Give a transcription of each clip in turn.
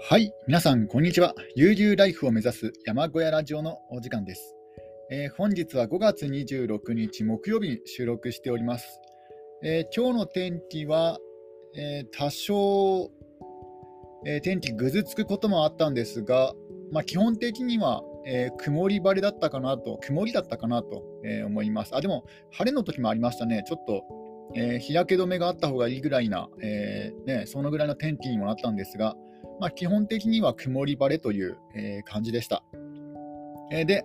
はい、皆さん、こんにちは。悠々ライフを目指す山小屋ラジオのお時間です。本日は5月26日木曜日に収録しております。今日の天気は、多少、天気ぐずつくこともあったんですが、基本的には、曇り晴れだったかなと、曇りだったかなと、思います。でも、晴れの時もありましたね。ちょっと、日焼け止めがあった方がいいぐらいな、そのぐらいの天気にもなったんですが、基本的には曇り晴れという、感じでした。で、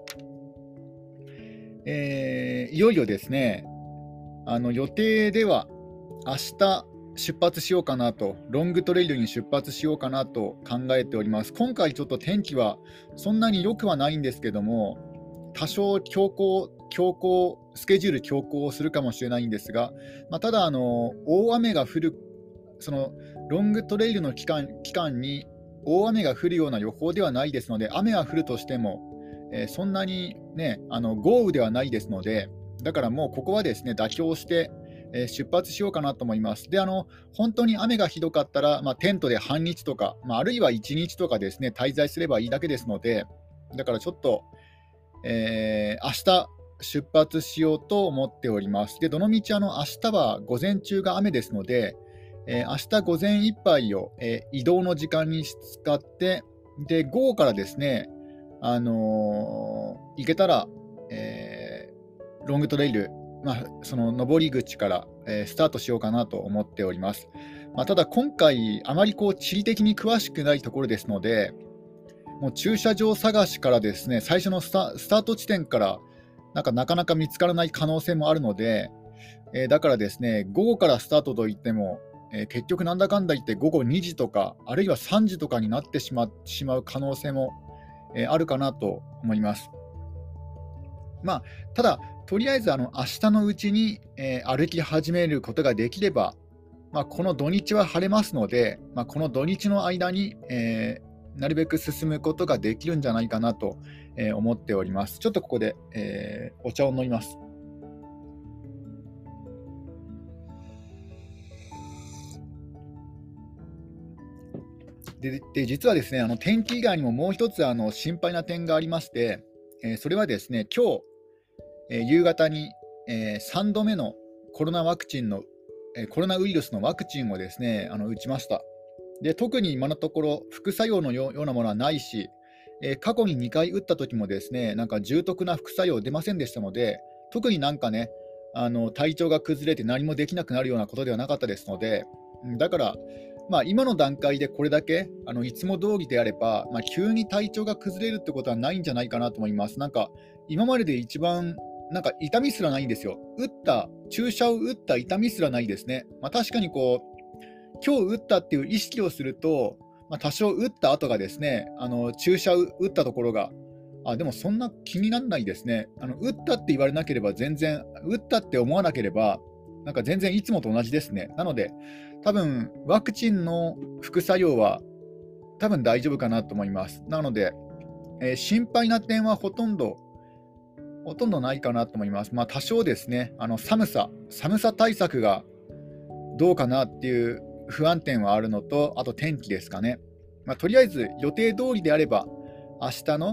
いよいよですね、予定では明日出発しようかなと、ロングトレイルに出発しようかなと考えております。今回ちょっと天気はそんなに良くはないんですけども、多少スケジュール強行をするかもしれないんですが、ただ大雨が降る、そのロングトレイルの期間に大雨が降るような予報ではないですので、雨は降るとしても、そんなに、ね、豪雨ではないですので、だからもうここはですね妥協して、出発しようかなと思います。で、本当に雨がひどかったら、テントで半日とか、あるいは1日とかですね滞在すればいいだけですので、だからちょっと、明日出発しようと思っております。で、どのみち明日は午前中が雨ですので、明日午前いっぱいを、移動の時間に使って、で、午後からですね、行けたら、ロングトレイル、その登り口から、スタートしようかなと思っております。ただ今回、あまり地理的に詳しくないところですので、もう駐車場探しからですね、最初のスタート地点からなかなか見つからない可能性もあるので、だからですね、午後からスタートといっても、結局なんだかんだ言って午後2時とか、あるいは3時とかになってしまう可能性も、あるかなと思います。ただ、とりあえず明日のうちに、歩き始めることができれば、この土日は晴れますので、この土日の間に、なるべく進むことができるんじゃないかなと、思っております。ちょっとここで、お茶を飲みます。で、実はですね、天気以外にももう一つ心配な点がありまして、それはですね、今日、夕方に、3度目のコロナワクチンの、コロナウイルスのワクチンをですね、打ちました。で、特に今のところ副作用のようなものはないし、過去に2回打った時もですね、重篤な副作用出ませんでしたので、特にね、体調が崩れて何もできなくなるようなことではなかったですので、だから、今の段階でこれだけいつも通りであれば、急に体調が崩れるってことはないんじゃないかなと思います。今までで一番痛みすらないんですよ。注射を打った痛みすらないですね。確かに今日打ったっていう意識をすると、多少打った後がですね、注射を打ったところが、でもそんな気にならないですね。打ったって言われなければ全然、打ったって思わなければ、全然いつもと同じですね。なので、多分ワクチンの副作用は多分大丈夫かなと思います。なので、心配な点はほとんどないかなと思います。多少ですね、寒さ対策がどうかなっていう不安点はあるのと、あと天気ですかね。とりあえず予定通りであれば、明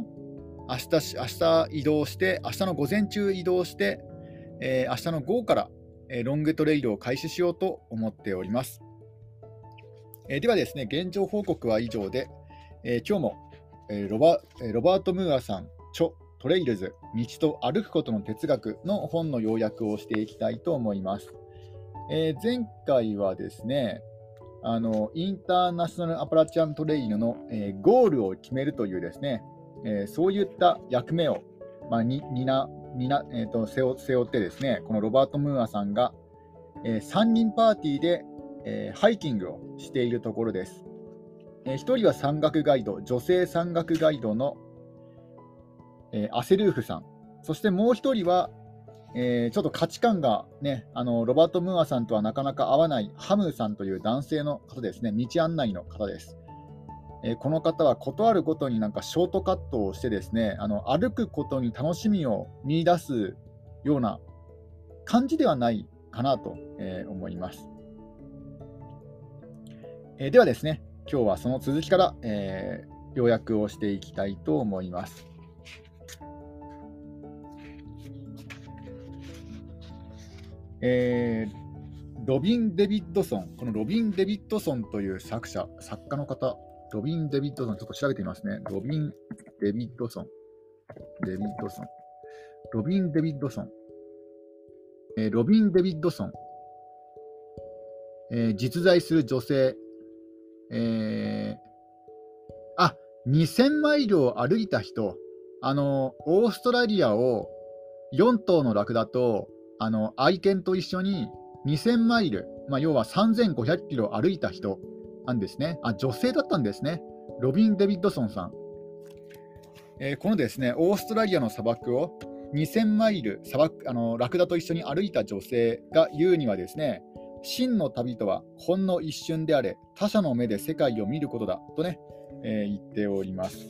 日移動して、明日の午前中移動して、明日の午後から、ロングトレイルを開始しようと思っております。ではですね、現状報告は以上で、今日も、ロバート・ムーアさん著トレイルズ道と歩くことの哲学の本の要約をしていきたいと思います。前回はですね、インターナショナルアパラチアントレイルの、ゴールを決めるというですね、そういった役目を、背負ってですね、このロバート・ムーアさんが、3人パーティーで、ハイキングをしているところです。1人は山岳ガイド、女性山岳ガイドの、アセルーフさん、そしてもう1人は、ちょっと価値観がね、ロバート・ムーアさんとはなかなか合わないハムーさんという男性の方ですね、道案内の方です。この方はことあるごとにショートカットをしてですね、歩くことに楽しみを見出すような感じではないかなと、思います。ではですね、 今日はその続きから、要約をしていきたいと思います。ロビン・デビッドソン、このロビン・デビッドソンという作家の方、ロビン・デビッドソン、ちょっと調べてみますね。ロビン・デビッドソン、ロビン・デビッドソン、ロビン・デビッドソン、実在する女性、2000マイルを歩いた人、オーストラリアを4頭のラクダと愛犬と一緒に2000マイル、要は3500キロ歩いた人なんですね。女性だったんですね。ロビン・デビッドソンさん。このですね、オーストラリアの砂漠を2000マイルラクダと一緒に歩いた女性が言うにはですね、真の旅とはほんの一瞬であれ、他者の目で世界を見ることだとね、言っております。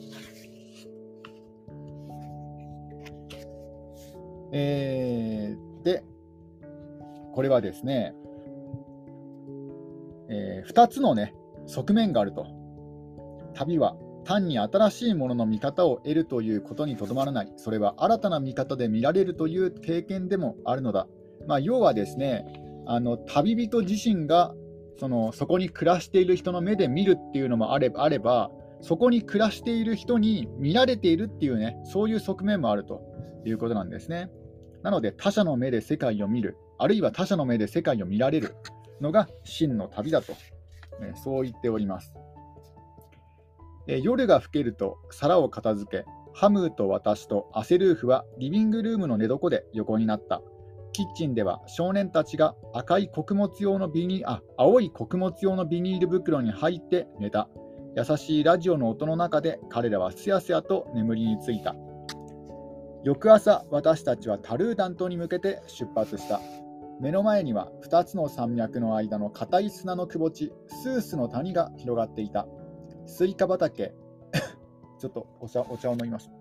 で、これはですね、2つのね、側面があると。旅は単に新しいものの見方を得るということにとどまらない。それは新たな見方で見られるという経験でもあるのだ。要はですね、旅人自身がそこに暮らしている人の目で見るっていうのもあれば、そこに暮らしている人に見られているっていうね、そういう側面もあるということなんですね。なので他者の目で世界を見る、あるいは他者の目で世界を見られるのが真の旅だと、そう言っております。夜が更けると皿を片付け、ハムーと私とアセルーフはリビングルームの寝床で横になった。キッチンでは少年たちが青い穀物用のビニール袋に入って寝た。優しいラジオの音の中で彼らはすやすやと眠りについた。翌朝、私たちはタルーダン島に向けて出発した。目の前には2つの山脈の間の硬い砂のくぼ地、スースの谷が広がっていた。スイカ畑ちょっとお茶を飲みます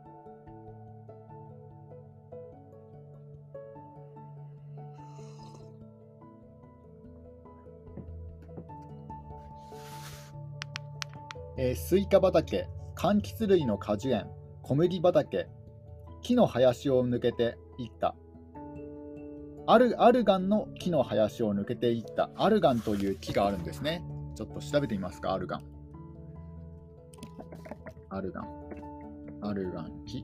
スイカ畑、柑橘類の果樹園、小麦畑、木の林を抜けていった。アルガンの木の林を抜けていった。アルガンという木があるんですね。ちょっと調べてみますか。アルガン木。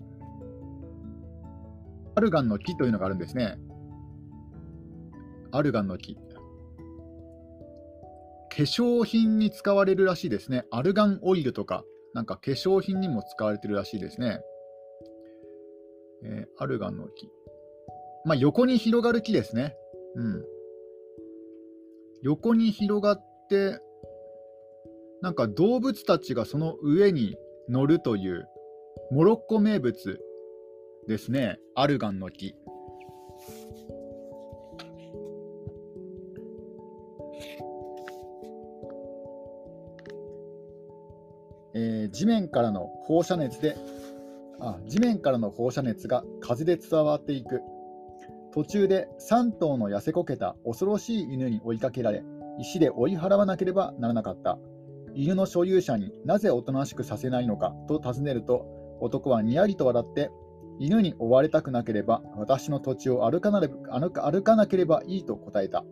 アルガンの木というのがあるんですね。アルガンの木。化粧品に使われるらしいですね。アルガンオイルとか、なんか化粧品にも使われてるらしいですね。アルガンの木。横に広がる木ですね。横に広がって、なんか動物たちがその上に乗るというモロッコ名物ですね。アルガンの木。地面からの放射熱が風で伝わっていく。途中で3頭の痩せこけた恐ろしい犬に追いかけられ、石で追い払わなければならなかった。犬の所有者になぜおとなしくさせないのかと尋ねると、男はにやりと笑って、犬に追われたくなければ私の土地を歩かなければいいと答えた。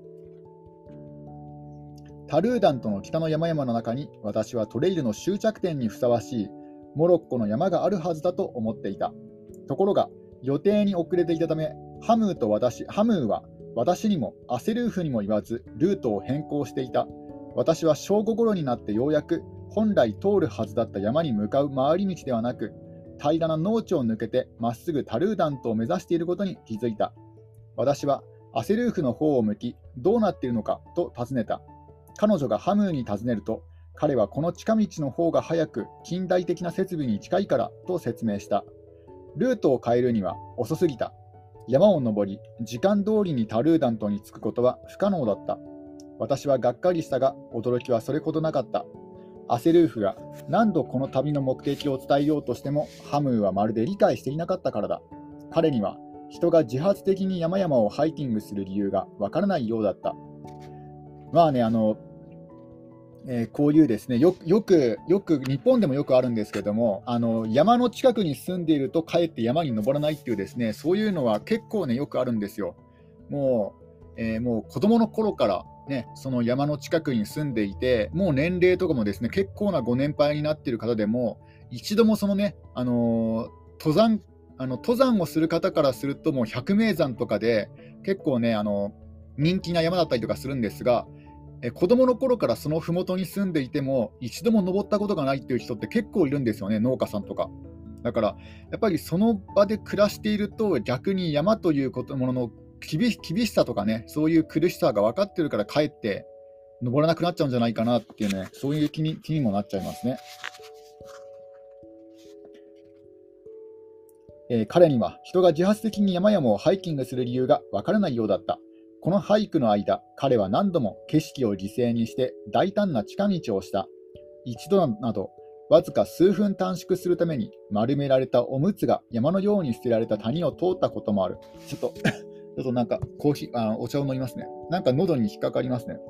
タルーダントの北の山々の中に私はトレイルの終着点にふさわしいモロッコの山があるはずだと思っていた。ところが予定に遅れていたため、ハムーは私にもアセルーフにも言わずルートを変更していた。私は正午頃になってようやく本来通るはずだった山に向かう回り道ではなく、平らな農地を抜けてまっすぐタルーダントを目指していることに気づいた。私はアセルーフの方を向き、どうなっているのかと尋ねた。彼女がハムーに尋ねると、彼はこの近道の方が早く近代的な設備に近いからと説明した。ルートを変えるには遅すぎた。山を登り、時間通りにタルーダントに着くことは不可能だった。私はがっかりしたが、驚きはそれほどなかった。アセルーフが何度この旅の目的を伝えようとしても、ハムーはまるで理解していなかったからだ。彼には人が自発的に山々をハイキングする理由がわからないようだった。 こういうですね、よく日本でもよくあるんですけども、山の近くに住んでいるとかえって山に登らないっていうですね、そういうのは結構ね、よくあるんですよ。もう子供の頃からね、その山の近くに住んでいて、もう年齢とかもですね、結構なご年配になっている方でも、一度もそのね、登山登山をする方からすると、もう百名山とかで結構ね、人気な山だったりとかするんですが、子供の頃からその麓に住んでいても、一度も登ったことがないっていう人って結構いるんですよね、農家さんとか。だから、やっぱりその場で暮らしていると、逆に山というものの厳しさとかね、そういう苦しさが分かってるから、かえって登らなくなっちゃうんじゃないかなっていうね、そういう気にもなっちゃいますね。彼には人が自発的に山々をハイキングする理由がわからないようだった。このハイクの間、彼は何度も景色を犠牲にして大胆な近道をした。一度など、わずか数分短縮するために丸められたおむつが山のように捨てられた谷を通ったこともある。ちょっとなんかコーヒー、お茶を飲みますね。なんか喉に引っかかりますね。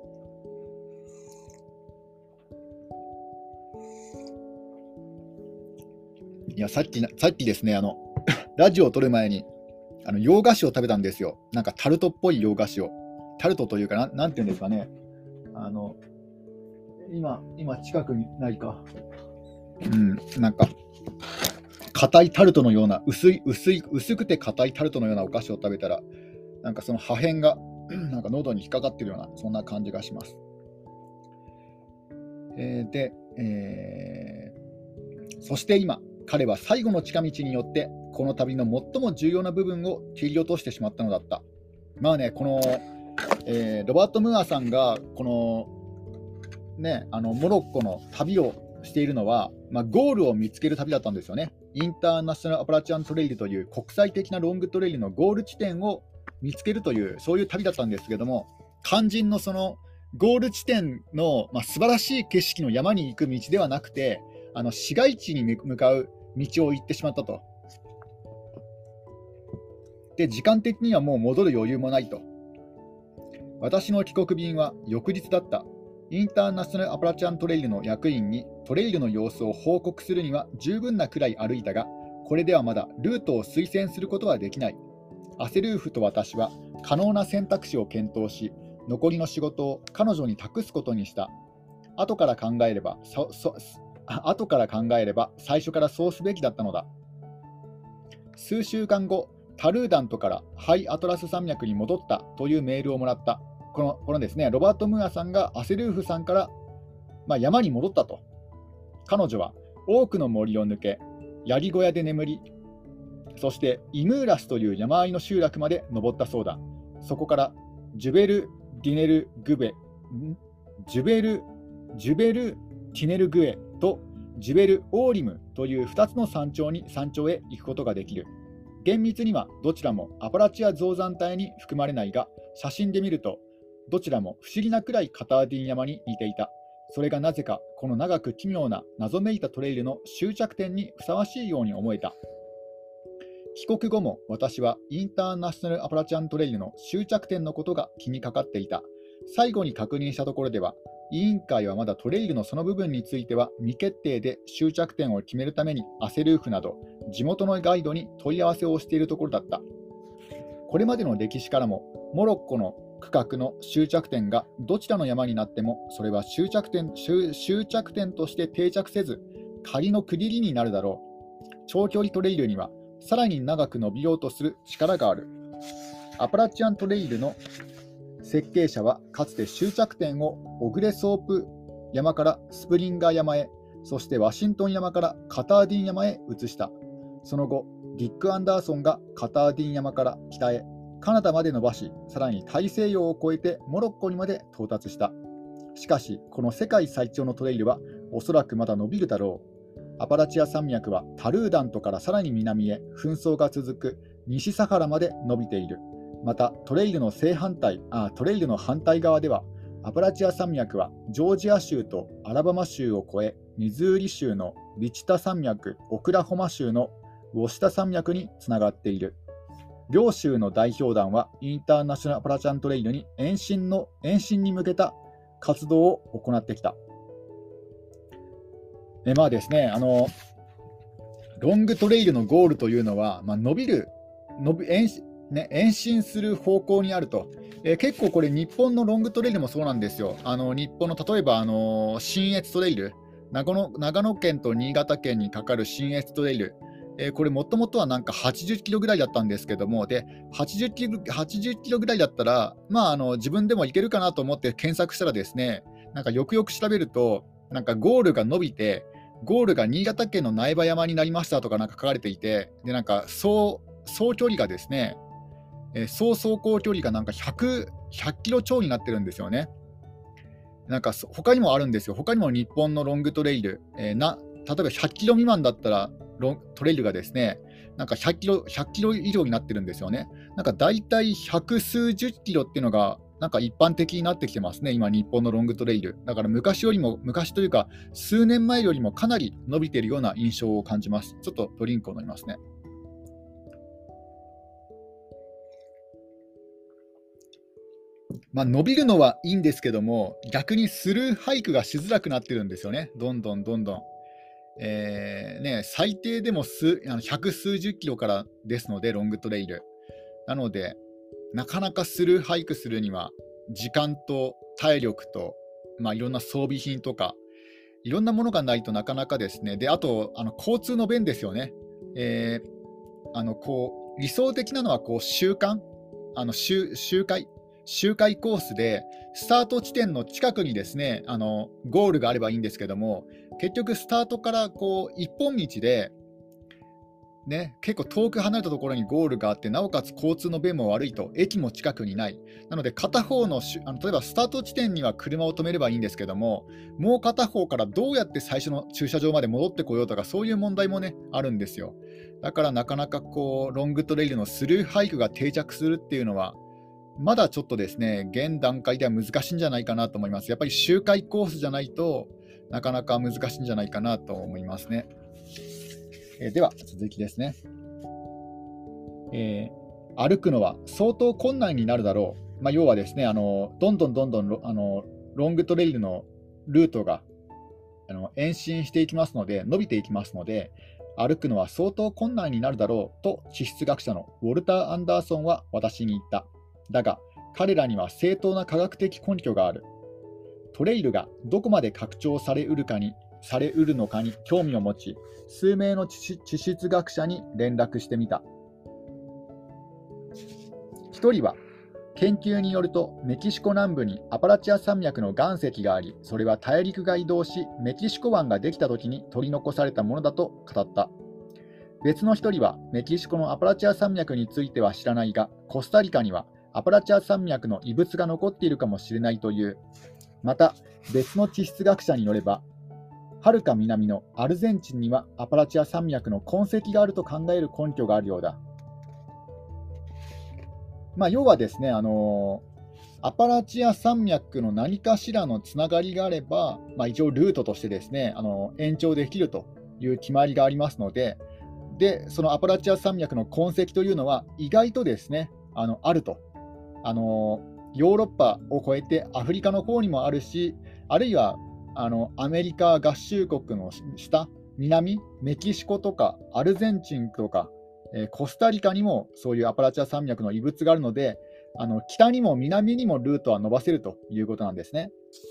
いや、さっきですね、ラジオを撮る前に、洋菓子を食べたんですよ。なんかタルトっぽい洋菓子を。タルトというかなんていうんですかね。あの、今近くにないか。なんか、硬いタルトのような、薄くて硬いタルトのようなお菓子を食べたら、なんかその破片が、なんか喉に引っかかってるような、そんな感じがします。で、そして今、彼は最後の近道によって、この旅の最も重要な部分を切り落としてしまったのだった。まあね、この、ロバート・ムーアさんが、この、ね、モロッコの旅をしているのは、ゴールを見つける旅だったんですよね。インターナショナル・アパラチアン・トレイルという国際的なロングトレイルのゴール地点を見つけるという、そういう旅だったんですけども、肝心のそのゴール地点の、素晴らしい景色の山に行く道ではなくて、市街地に向かう道を行ってしまったと。で、時間的にはもう戻る余裕もないと。私の帰国便は翌日だった。インターナショナルアパラチアントレイルの役員にトレイルの様子を報告するには十分なくらい歩いたが、これではまだルートを推薦することはできない。アセルーフと私は可能な選択肢を検討し、残りの仕事を彼女に託すことにした。後から考えれば最初からそうすべきだったのだ。数週間後、タルーダントからハイアトラス山脈に戻ったというメールをもらった。このですね、ロバート・ムーアさんがアセルーフさんから、山に戻ったと。彼女は多くの森を抜け、槍小屋で眠り、そしてイムーラスという山あいの集落まで登ったそうだ。そこからジュベル・ティネルグエとジュベル・オーリムという2つの山頂へ行くことができる。厳密にはどちらもアパラチア造山帯に含まれないが、写真で見るとどちらも不思議なくらいカターディン山に似ていた。それがなぜかこの長く奇妙な謎めいたトレイルの終着点にふさわしいように思えた。帰国後も私はインターナショナルアパラチアントレイルの終着点のことが気にかかっていた。最後に確認したところでは、委員会はまだトレイルのその部分については未決定で終着点を決めるためにアセルーフなど地元のガイドに問い合わせをしているところだった。これまでの歴史からもモロッコの区画の終着点がどちらの山になってもそれは終着点として定着せず仮の区切りになるだろう。長距離トレイルにはさらに長く伸びようとする力がある。アパラチアントレイルの設計者はかつて終着点をオグレソープ山からスプリンガー山へ、そしてワシントン山からカターディン山へ移した。その後、ディック・アンダーソンがカターディン山から北へ、カナダまで伸ばし、さらに大西洋を越えてモロッコにまで到達した。しかし、この世界最長のトレイルはおそらくまだ伸びるだろう。アパラチア山脈はタルーダントからさらに南へ紛争が続く西サハラまで伸びている。またトレイルの反対側ではアパラチア山脈はジョージア州とアラバマ州を越えミズーリ州のビチタ山脈、オクラホマ州のウォシタ山脈につながっている。両州の代表団はインターナショナルアパラチアントレイルに延伸に向けた活動を行ってきた。まあですね、ロングトレイルのゴールというのは、延伸する方向にあると。結構これ日本のロングトレイルもそうなんですよ。日本の例えば信越トレイル、長野県と新潟県にかかる信越トレイル、これもともとはなんか80キロぐらいだったんですけども、で80キロぐらいだったら、自分でもいけるかなと思って検索したらですね、なんかよくよく調べると、なんかゴールが伸びて、ゴールが新潟県の苗場山になりましたとかなんか書かれていて、でなんか総距離がですね、総走行距離がなんか100キロ超になってるんですよね。なんか他にもあるんですよ。他にも日本のロングトレイル、例えば100キロ未満だったらトレイルがですね、なんか100キロ以上になってるんですよね。なんか大体百数十キロっていうのがなんか一般的になってきてますね、今、日本のロングトレイル。だから昔というか、数年前よりもかなり伸びているような印象を感じます。ちょっとドリンクを飲みますね。伸びるのはいいんですけども、逆にスルーハイクがしづらくなってるんですよね、どんどんどんどん。最低でも百数十キロからですので、ロングトレイル。なので、なかなかスルーハイクするには、時間と体力と、いろんな装備品とか、いろんなものがないとなかなかですね、であと交通の便ですよね。理想的なのは周回コースで、スタート地点の近くにですね、ゴールがあればいいんですけども、結局、スタートから一本道で、結構遠く離れたところにゴールがあって、なおかつ交通の便も悪いと、駅も近くにない。なので、片方の例えばスタート地点には車を止めればいいんですけども、もう片方からどうやって最初の駐車場まで戻ってこようとか、そういう問題もあるんですよ。だからなかなかロングトレイルのスルーハイクが定着するっていうのは、まだちょっとですね、現段階では難しいんじゃないかなと思います。やっぱり周回コースじゃないとなかなか難しいんじゃないかなと思いますね。では続きですね。歩くのは相当困難になるだろう。要はですね、どんどんロングトレイルのルートが延伸していきますので、伸びていきますので、歩くのは相当困難になるだろうと地質学者のウォルター・アンダーソンは私に言った。だが、彼らには正当な科学的根拠がある。トレイルがどこまで拡張されうるのかに興味を持ち、数名の地質学者に連絡してみた。一人は、研究によるとメキシコ南部にアパラチア山脈の岩石があり、それは大陸が移動し、メキシコ湾ができた時に取り残されたものだと語った。別の一人は、メキシコのアパラチア山脈については知らないが、コスタリカにはアパラチア山脈の遺物が残っているかもしれないという。また、別の地質学者によれば、はるか南のアルゼンチンにはアパラチア山脈の痕跡があると考える根拠があるようだ。要はですね、アパラチア山脈の何かしらのつながりがあれば、一応ルートとしてですね、延長できるという決まりがありますので、そのアパラチア山脈の痕跡というのは意外とですね、あると。ヨーロッパを越えてアフリカの方にもあるし、あるいはアメリカ合衆国の下、南、メキシコとかアルゼンチンとか、コスタリカにもそういうアパラチア山脈の遺物があるので、北にも南にもルートは伸ばせるということなんですね。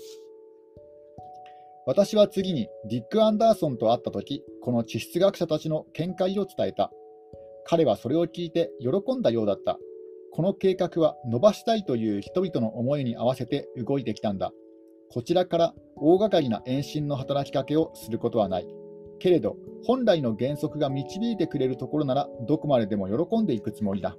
私は次にディック・アンダーソンと会ったとき、この地質学者たちの見解を伝えた。彼はそれを聞いて喜んだようだった。この計画は伸ばしたいという人々の思いに合わせて動いてきたんだ。こちらから大掛かりな延伸の働きかけをすることはない。けれど、本来の原則が導いてくれるところなら、どこまででも喜んでいくつもりだ。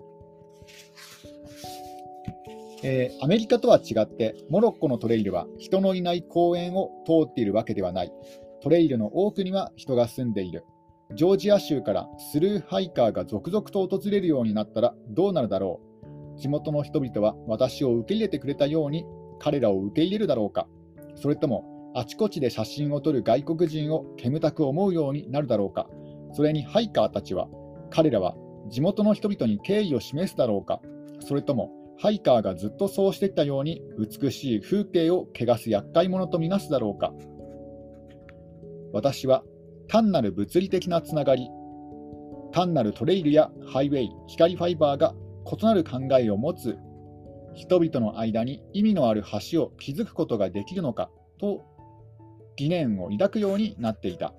アメリカとは違って、モロッコのトレイルは人のいない公園を通っているわけではない。トレイルの多くには人が住んでいる。ジョージア州からスルーハイカーが続々と訪れるようになったらどうなるだろう。地元の人々は私を受け入れてくれたように彼らを受け入れるだろうか。それともあちこちで写真を撮る外国人を煙たく思うようになるだろうか。それにハイカーたちは彼らは地元の人々に敬意を示すだろうか。それともハイカーがずっとそうしてきたように美しい風景を汚す厄介者とみなすだろうか。私は単なる物理的なつながり、単なるトレイルやハイウェイ、光ファイバーが異なる考えを持つ人々の間に意味のある橋を築くことができるのかと疑念を抱くようになっていた。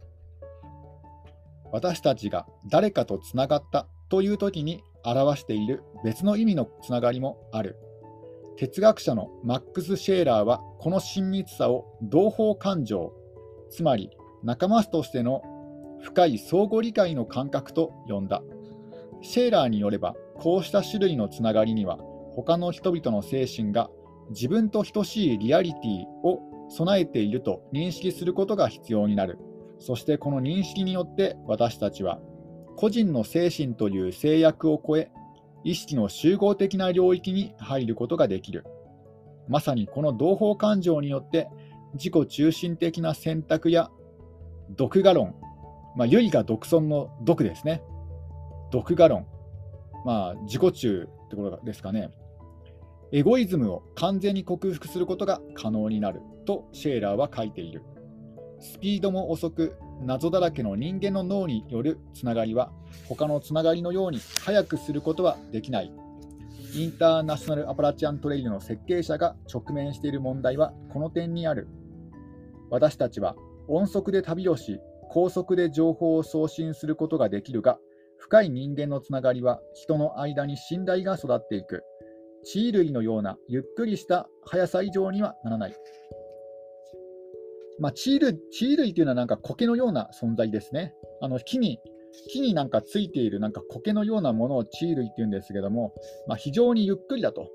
私たちが誰かとつながったという時に表している別の意味のつながりもある。哲学者のマックス・シェーラーはこの親密さを同胞感情、つまり仲間としての深い相互理解の感覚と呼んだ。シェーラーによれば、こうした種類のつながりには他の人々の精神が自分と等しいリアリティを備えていると認識することが必要になる。そしてこの認識によって私たちは個人の精神という制約を超え、意識の集合的な領域に入ることができる。まさにこの同胞感情によって自己中心的な選択や独我論、唯我独尊の独ですね。独我論、自己中ってことですかね。エゴイズムを完全に克服することが可能になるとシェーラーは書いている。スピードも遅く謎だらけの人間の脳によるつながりは他のつながりのように速くすることはできない。インターナショナルアパラチアントレイルの設計者が直面している問題はこの点にある。私たちは音速で旅をし、高速で情報を送信することができるが、深い人間のつながりは人の間に信頼が育っていく。地衣類のようなゆっくりした速さ以上にはならない。地衣類というのはなんか苔のような存在ですね。木になんかついているなんか苔のようなものを地衣類っていうんですけども、非常にゆっくりだと。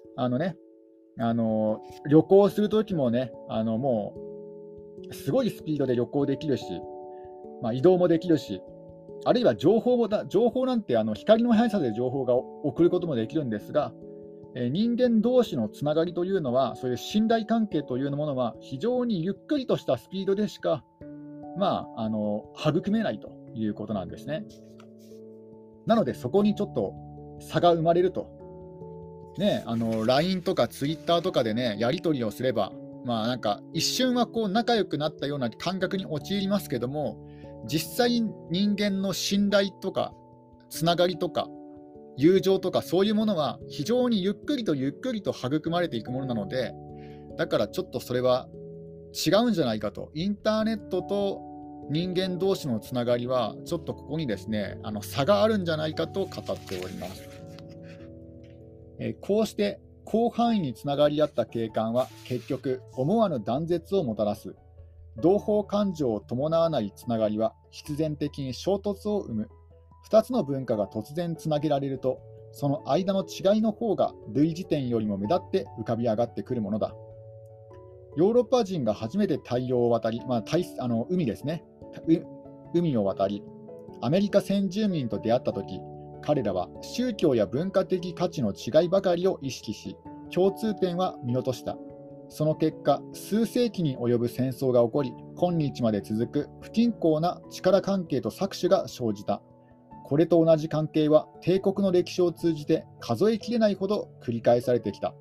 旅行するときもね、もうすごいスピードで旅行できるし、移動もできるし、あるいは情報なんて光の速さで情報が送ることもできるんですが、人間同士のつながりというのは、そういう信頼関係というものは非常にゆっくりとしたスピードでしか、育めないということなんですね。なのでそこにちょっと差が生まれると。LINE とか Twitter とかでね、やり取りをすれば、なんか一瞬はこう仲良くなったような感覚に陥りますけども、実際に人間の信頼とかつながりとか友情とかそういうものは非常にゆっくりと育まれていくものなので、だからちょっとそれは違うんじゃないかと。インターネットと人間同士のつながりはちょっとここにですね、差があるんじゃないかと語っております。こうして広範囲につながり合った景観は結局思わぬ断絶をもたらす。同胞感情を伴わないつながりは必然的に衝突を生む。2つの文化が突然つなげられると、その間の違いの方が類似点よりも目立って浮かび上がってくるものだ。ヨーロッパ人が初めて太陽を渡り、海ですね、海を渡り、アメリカ先住民と出会ったとき、彼らは宗教や文化的価値の違いばかりを意識し、共通点は見落とした。その結果、数世紀に及ぶ戦争が起こり、今日まで続く不均衡な力関係と搾取が生じた。これと同じ関係は帝国の歴史を通じて数えきれないほど繰り返されてきた。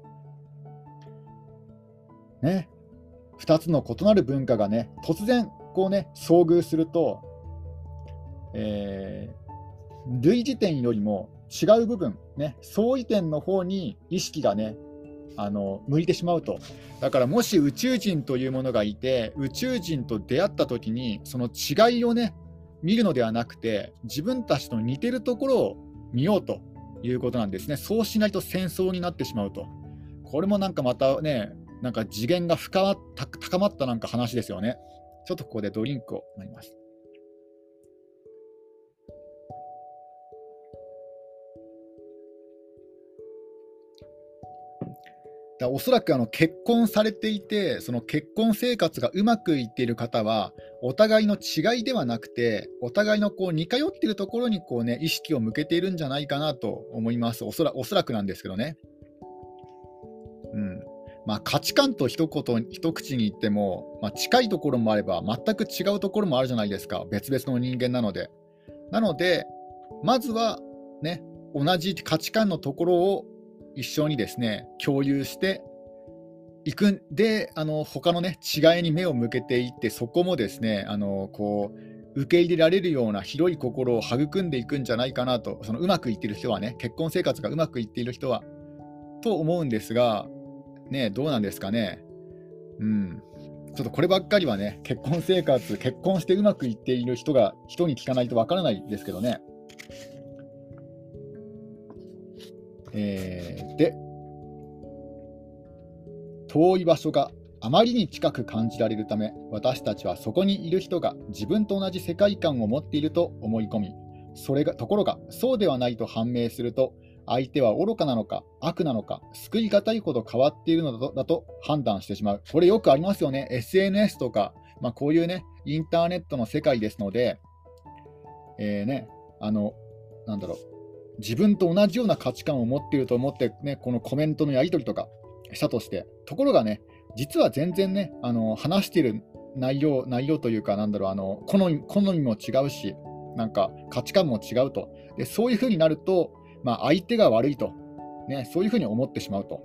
ね、2つの異なる文化がね、突然こうね、遭遇すると、類似点よりも違う部分、相違点の方に意識がね、向いてしまうと。だからもし宇宙人というものがいて、宇宙人と出会ったときに、その違いをね、見るのではなくて、自分たちと似てるところを見ようということなんですね。そうしないと戦争になってしまうと。これもなんかまたね、なんか次元が高まったなんか話ですよね。ちょっとここでドリンクを飲みます。おそらく結婚されていて、その結婚生活がうまくいっている方は、お互いの違いではなくて、お互いのこう似通っているところにこう、意識を向けているんじゃないかなと思います。おそらくなんですけどね。価値観と一口に言っても、近いところもあれば、全く違うところもあるじゃないですか。別々の人間なので。まずは、同じ価値観のところを一緒にですね共有していくんで、他のね違いに目を向けていって、そこもですねこう受け入れられるような広い心を育んでいくんじゃないかなと、そのうまくいっている人はね、結婚生活がうまくいっている人はと思うんですが、ね、どうなんですかね。うん、ちょっとこればっかりはね、結婚生活、結婚してうまくいっている人に聞かないとわからないですけどね。で、遠い場所があまりに近く感じられるため、私たちはそこにいる人が自分と同じ世界観を持っていると思い込み、ところがそうではないと判明すると、相手は愚かなのか悪なのか救いがたいほど変わっているのだと判断してしまう。これよくありますよね。SNS とか、こういうね、インターネットの世界ですので、ね、なんだろう、自分と同じような価値観を持っていると思って、ね、このコメントのやり取りとかしたとして、ところがね、実は全然ね、話している内容というか、好みも違うし、なんか価値観も違うと。でそういうふうになると、相手が悪いと、ね、そういうふうに思ってしまうと。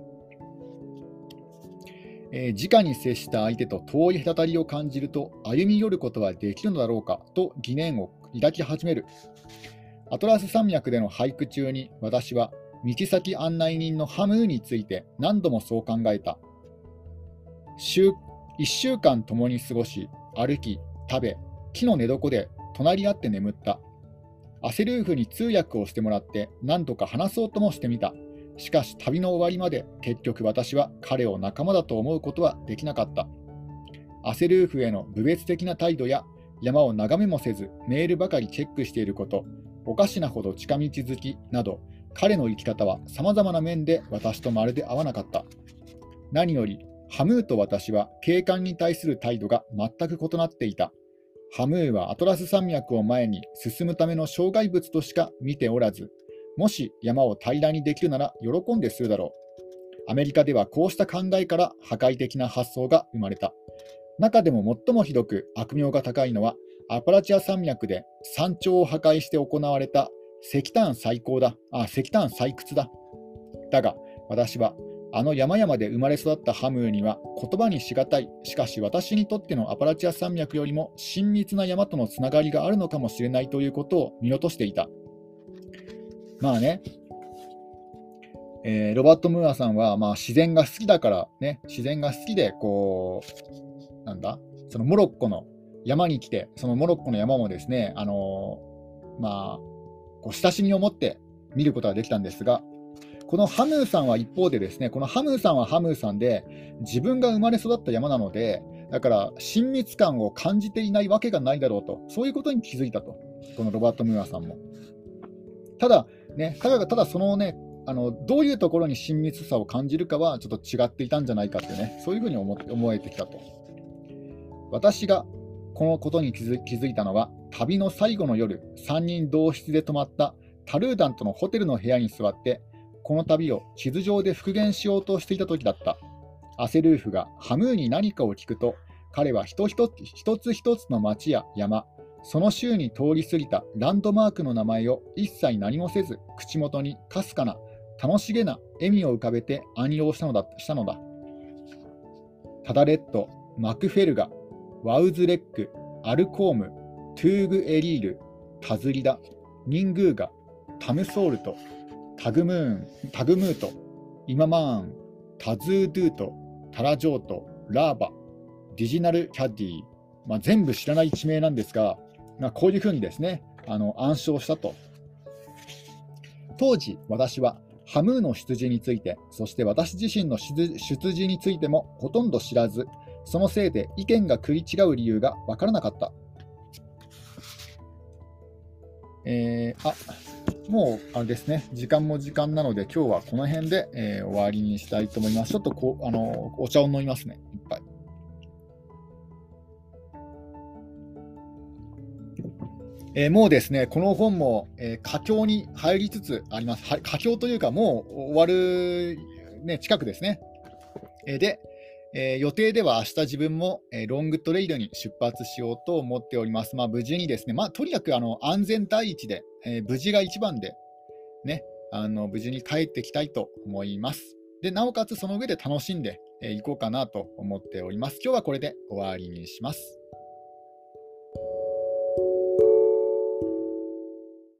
直に接した相手と遠い隔たりを感じると、歩み寄ることはできるのだろうかと疑念を抱き始める。アトラス山脈での俳句中に、私は道先案内人のハムーについて何度もそう考えた。1週間共に過ごし、歩き、食べ、木の寝床で隣り合って眠った。アセルーフに通訳をしてもらって何とか話そうともしてみた。しかし旅の終わりまで結局私は彼を仲間だと思うことはできなかった。アセルーフへの侮蔑的な態度や、山を眺めもせずメールばかりチェックしていること、おかしなほど近道好きなど、彼の生き方はさまざまな面で私とまるで合わなかった。何よりハムーと私は景観に対する態度が全く異なっていた。ハムーはアトラス山脈を前に進むための障害物としか見ておらず、もし山を平らにできるなら喜んでするだろう。アメリカではこうした考えから破壊的な発想が生まれた。中でも最もひどく悪名が高いのは、アパラチア山脈で山頂を破壊して行われた石炭採掘だ。だが、私はあの山々で生まれ育ったハムーには言葉にしがたい、しかし私にとってのアパラチア山脈よりも親密な山とのつながりがあるのかもしれないということを見落としていた。ロバート・ムーアさんは、自然が好きだからね、自然が好きでそのモロッコの山に来て、そのモロッコの山もですね、親しみを持って見ることができたんですが、このハムーさんは一方でですね、このハムーさんはハムーさんで、自分が生まれ育った山なので、だから親密感を感じていないわけがないだろうと、そういうことに気づいたと、このロバート・ムーアさんも。ただそのね、どういうところに親密さを感じるかはちょっと違っていたんじゃないかってね、そういうふうに思えてきたと。私がこのことに気づいたのは、旅の最後の夜、3人同室で泊まったタルーダントのホテルの部屋に座って、この旅を地図上で復元しようとしていた時だった。アセルーフがハムーに何かを聞くと、彼は一つ一つの町や山、その州に通り過ぎたランドマークの名前を一切何もせず、口元にかすかな楽しげな笑みを浮かべて暗用したのだ。タダレット、マクフェルガ、ワウズレック、アルコーム、トゥーグエリール、タズリダ、ニングーガ、タムソールト、タグムート、イママーン、タズードゥート、タラジョート、ラーバ、ディジナルキャッディ、全部知らない地名なんですが、こういうふうにですね、暗唱したと。当時、私はハムーの出自について、そして私自身の出自についてもほとんど知らず、そのせいで意見が食い違う理由が分からなかった。もうあれですね、時間も時間なので、今日はこの辺で、終わりにしたいと思います。ちょっとお茶を飲みますね、いっぱい。もうですね、この本も、佳境に入りつつあります。佳境というか、もう終わる、近くですね。で、予定では明日自分も、ロングトレイルに出発しようと思っております。無事にですね、とにかく安全第一で、無事が一番で、ね、 無事に帰ってきたいと思います。で、なおかつその上で楽しんでいこうかなと思っております。今日はこれで終わりにします。